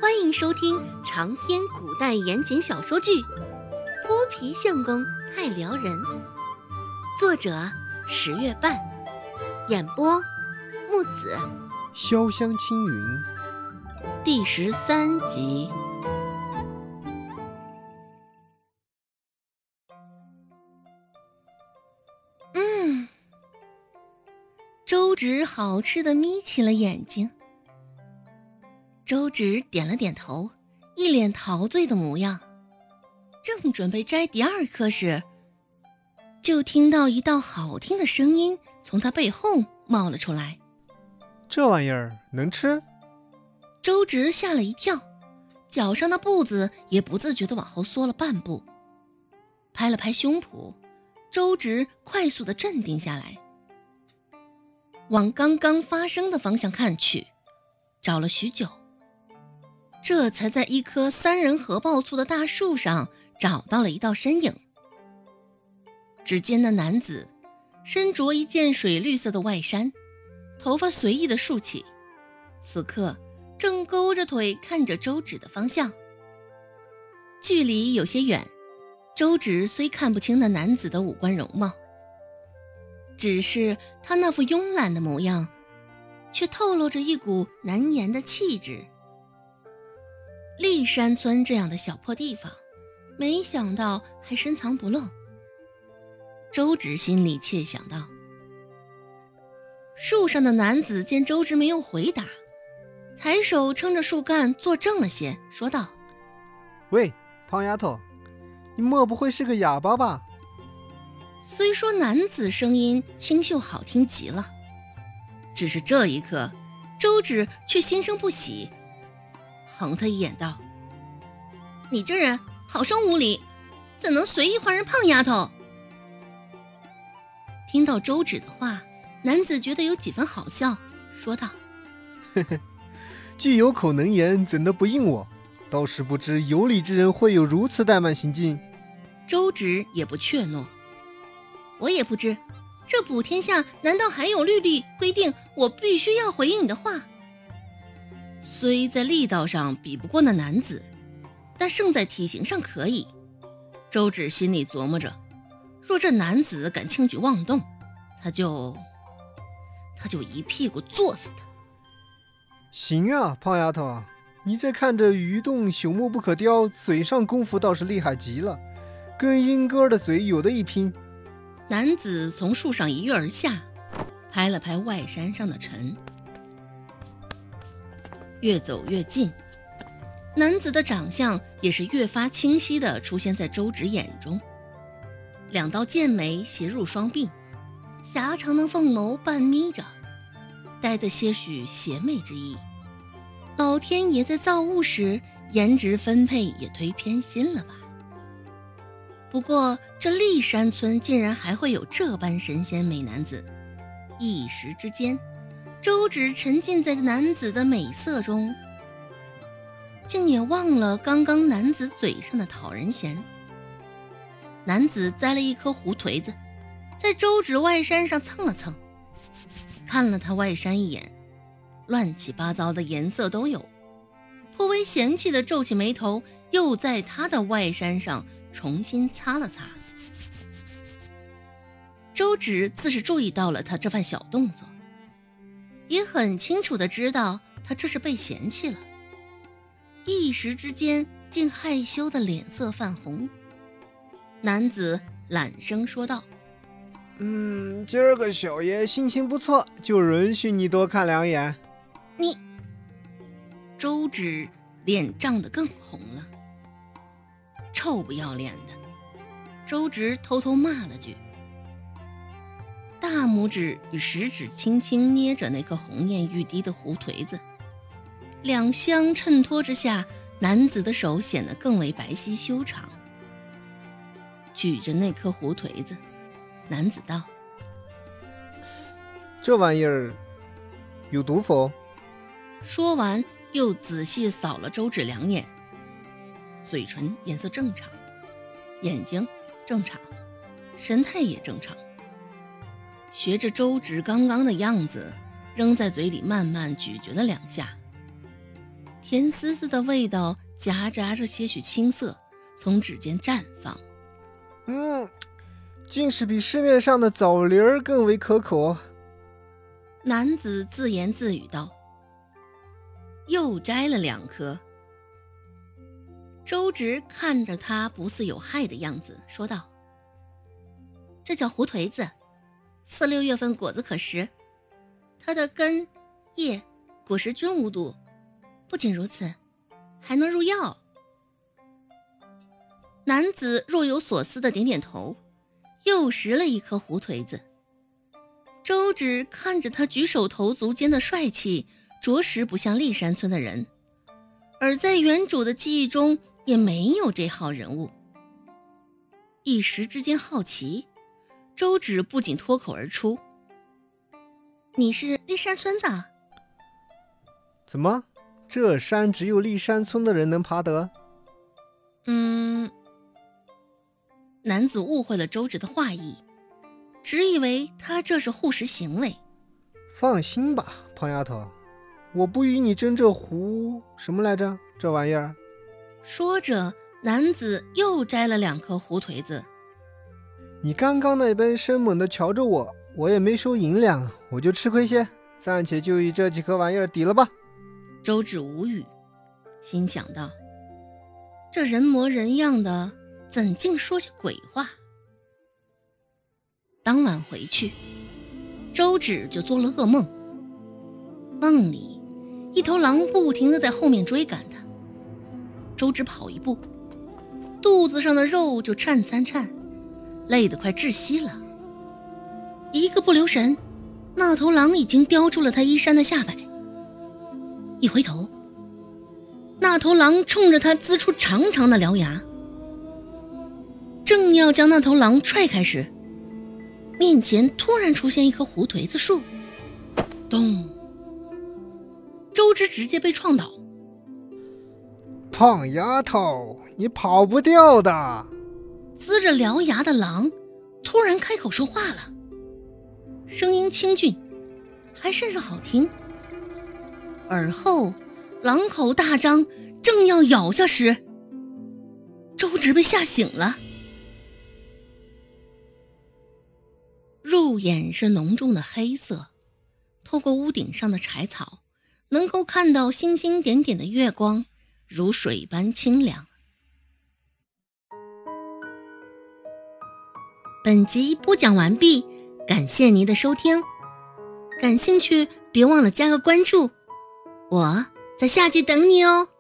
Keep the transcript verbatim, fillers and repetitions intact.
欢迎收听长篇古代言情小说剧《剥皮相公太撩人》，作者十月半，演播木子潇湘青云， 第十三集。嗯，周芷好吃的眯起了眼睛。周芷点了点头，一脸陶醉的模样，正准备摘第二颗时，就听到一道好听的声音从他背后冒了出来。 这玩意儿能吃？ 周芷吓了一跳，脚上的步子也不自觉地往后缩了半步，拍了拍胸脯，周芷快速地镇定下来，往刚刚发生的方向看去，找了许久，这才在一棵三人合抱簇的大树上找到了一道身影。只见那男子身着一件水绿色的外衫，头发随意的竖起，此刻正勾着腿看着周芷的方向。距离有些远，周芷虽看不清那男子的五官容貌，只是他那副慵懒的模样，却透露着一股难言的气质。骊山村这样的小破地方，没想到还深藏不露。周芷心里窃想到。树上的男子见周芷没有回答，抬手撑着树干坐正了些，说道： 喂，胖丫头，你莫不会是个哑巴吧？ 虽说男子声音清秀好听极了，只是这一刻周芷却心生不喜，横他一眼道：你这人好生无礼，怎能随意唤人胖丫头？听到周芷的话，男子觉得有几分好笑，说道： 呵呵，既有口能言，怎能不应我？倒是不知有礼之人会有如此怠慢行径。 周芷也不怯懦，我也不知，这普天下难道还有律例规定我必须要回应你的话？虽在力道上比不过那男子，但胜在体型上可以。周芷心里琢磨着，若这男子敢轻举妄动，他就他就一屁股坐死他。 行啊，胖丫头，你这看着鱼动朽木不可雕，嘴上功夫倒是厉害极了，跟英哥的嘴有的一拼。 男子从树上一跃而下，拍了拍外山上的尘，越走越近，男子的长相也是越发清晰地出现在周芷眼中。两道剑眉斜入双鬓，狭长的凤眸半眯着，带着些许邪魅之意。老天爷在造物时颜值分配也忒偏心了吧？不过这骊山村竟然还会有这般神仙美男子，一时之间周芷沉浸在男子的美色中，竟也忘了刚刚男子嘴上的讨人嫌。男子摘了一颗胡颓子，在周芷外衫上蹭了蹭，看了他外衫一眼，乱七八糟的颜色都有，颇为嫌弃的皱起眉头，又在他的外衫上重新擦了擦。周芷自是注意到了他这番小动作，也很清楚地知道他这是被嫌弃了，一时之间竟害羞的脸色泛红。男子懒声说道： 嗯，今儿个小爷心情不错，就允许你多看两眼。 你……周芷脸涨得更红了，臭不要脸的！周芷偷偷骂了句，大拇指与食指轻轻捏着那颗红艳欲滴的胡颓子，两相衬托之下，男子的手显得更为白皙修长。举着那颗胡颓子，男子道： 这玩意儿有毒否？ 说完又仔细扫了周芷两眼，嘴唇颜色正常，眼睛正常，神态也正常，学着周芷刚刚的样子，扔在嘴里慢慢咀嚼了两下， 甜丝丝的味道夹杂着些许青涩，从指尖绽放。 嗯，竟是比市面上的枣梨儿更为可口。 男子自言自语道，又摘了两颗。周芷看着他不似有害的样子，说道，这叫胡颓子，四六月份果子可食，它的根、叶、果实均无毒，不仅如此，还能入药。男子若有所思地点点头，又拾了一颗胡颓子。周芷看着他举手投足间的帅气，着实不像历山村的人，而在原主的记忆中也没有这号人物。一时之间好奇，周芷不仅脱口而出，你是历山村的？ 怎么，这山只有历山村的人能爬得？ 嗯，男子误会了周芷的话意，只以为他这是护食行为。 放心吧，胖丫头，我不与你争这胡什么来着，这玩意儿。 说着，男子又摘了两颗胡颓子。 你刚刚那般生猛地瞧着我，我也没收银两，我就吃亏些，暂且就以这几颗玩意儿抵了吧。 周芷无语，心想道，这人模人样的，怎竟说些鬼话。当晚回去，周芷就做了噩梦，梦里一头狼不停地在后面追赶他，周芷跑一步，肚子上的肉就颤三颤，累得快窒息了。一个不留神，那头狼已经叼住了他衣衫的下摆。一回头，那头狼冲着他呲出长长的獠牙。正要将那头狼踹开时，面前突然出现一棵胡颓子树，咚！周芷直接被撞倒。 胖丫头，你跑不掉的。 呲着獠牙的狼突然开口说话了，声音清俊，还甚是好听。而后狼口大张，正要咬下时，周芷被吓醒了。入眼是浓重的黑色，透过屋顶上的柴草，能够看到星星点点的月光，如水般清凉。本集播讲完毕，感谢您的收听。感兴趣别忘了加个关注，我在下集等你哦。